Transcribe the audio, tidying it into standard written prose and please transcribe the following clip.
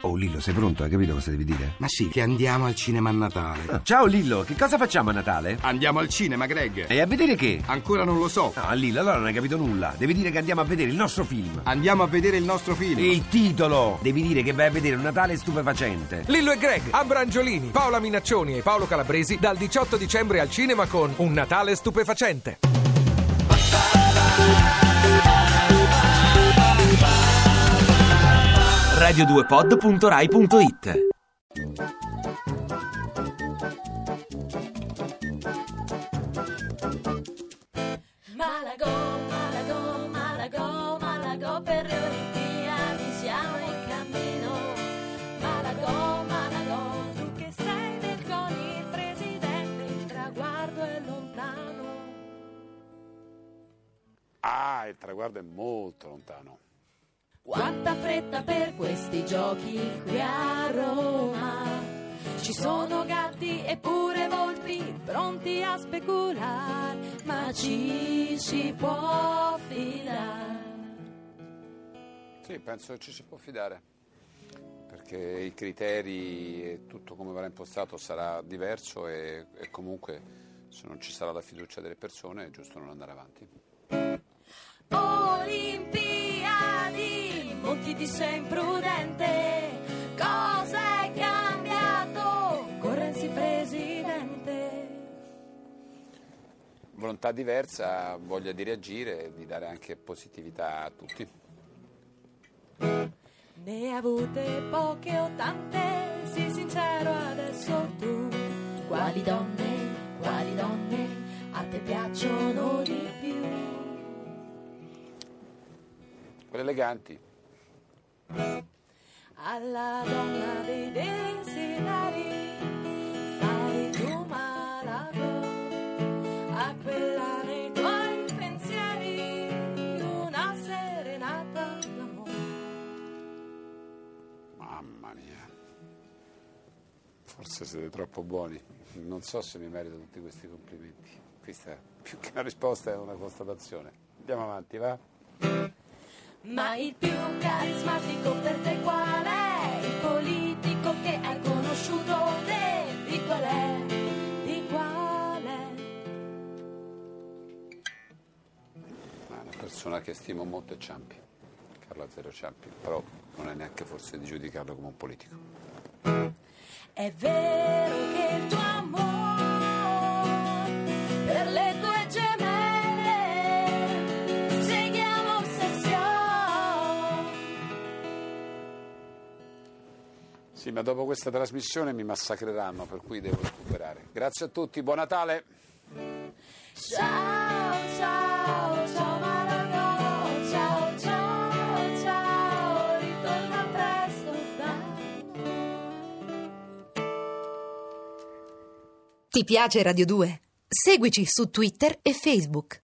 Oh Lillo, sei pronto? Hai capito cosa devi dire? Ma sì, che andiamo al cinema a Natale. Ciao Lillo, che cosa facciamo a Natale? Andiamo al cinema, Greg. E a vedere che? Ancora non lo so. No, Lillo, allora non hai capito nulla. Devi dire che andiamo a vedere il nostro film. Andiamo a vedere il nostro film. Il titolo! Devi dire che vai a vedere un Natale stupefacente. Lillo e Greg, Ambra Angiolini, Paola Minaccioni e Paolo Calabresi dal 18 dicembre al cinema con Un Natale stupefacente. radio2pod.rai.it. Malago, Malago, Malago, Malago, per le Olimpiadi siamo in cammino. Malago, Malago, tu che sei con il presidente, il traguardo è lontano. Ah, il traguardo è molto lontano. Quanta fretta per questi giochi qui a Roma. Ci sono gatti e pure volpi pronti a speculare, ma ci si può fidare. Sì, penso che ci si può fidare, perché i criteri e tutto come verrà impostato sarà diverso e comunque se non ci sarà la fiducia delle persone è giusto non andare avanti. Olimpiadi, Monti di sei imprudente, cosa è cambiato con Renzi presidente? Volontà diversa, voglia di reagire e di dare anche positività a tutti. Ne avute poche o tante, sii sincero adesso tu. Quali donne a te piacciono di più? Quelle eleganti. Alla donna dei desideri fai tu Malago, a quella nei tuoi pensieri una serenata d'amore. Mamma mia, forse siete troppo buoni, non so se mi merito tutti questi complimenti. Questa più che una risposta è una constatazione. Andiamo avanti, va? Ma il più carismatico per te qual è? Il politico che hai conosciuto di qual è? Di qual è? Ma una persona che stimo molto è Ciampi, Carlo Azzero Ciampi, però non è neanche forse di giudicarlo come un politico. È vero che il tuo amore per le tue gemelle si chiama ossessione. Sì, ma dopo questa trasmissione mi massacreranno, per cui devo recuperare. Grazie a tutti, buon Natale! Ciao, ciao, ciao Malago, ciao, ciao, ciao, ritorna presto da noi. Ti piace Radio 2? Seguici su Twitter e Facebook.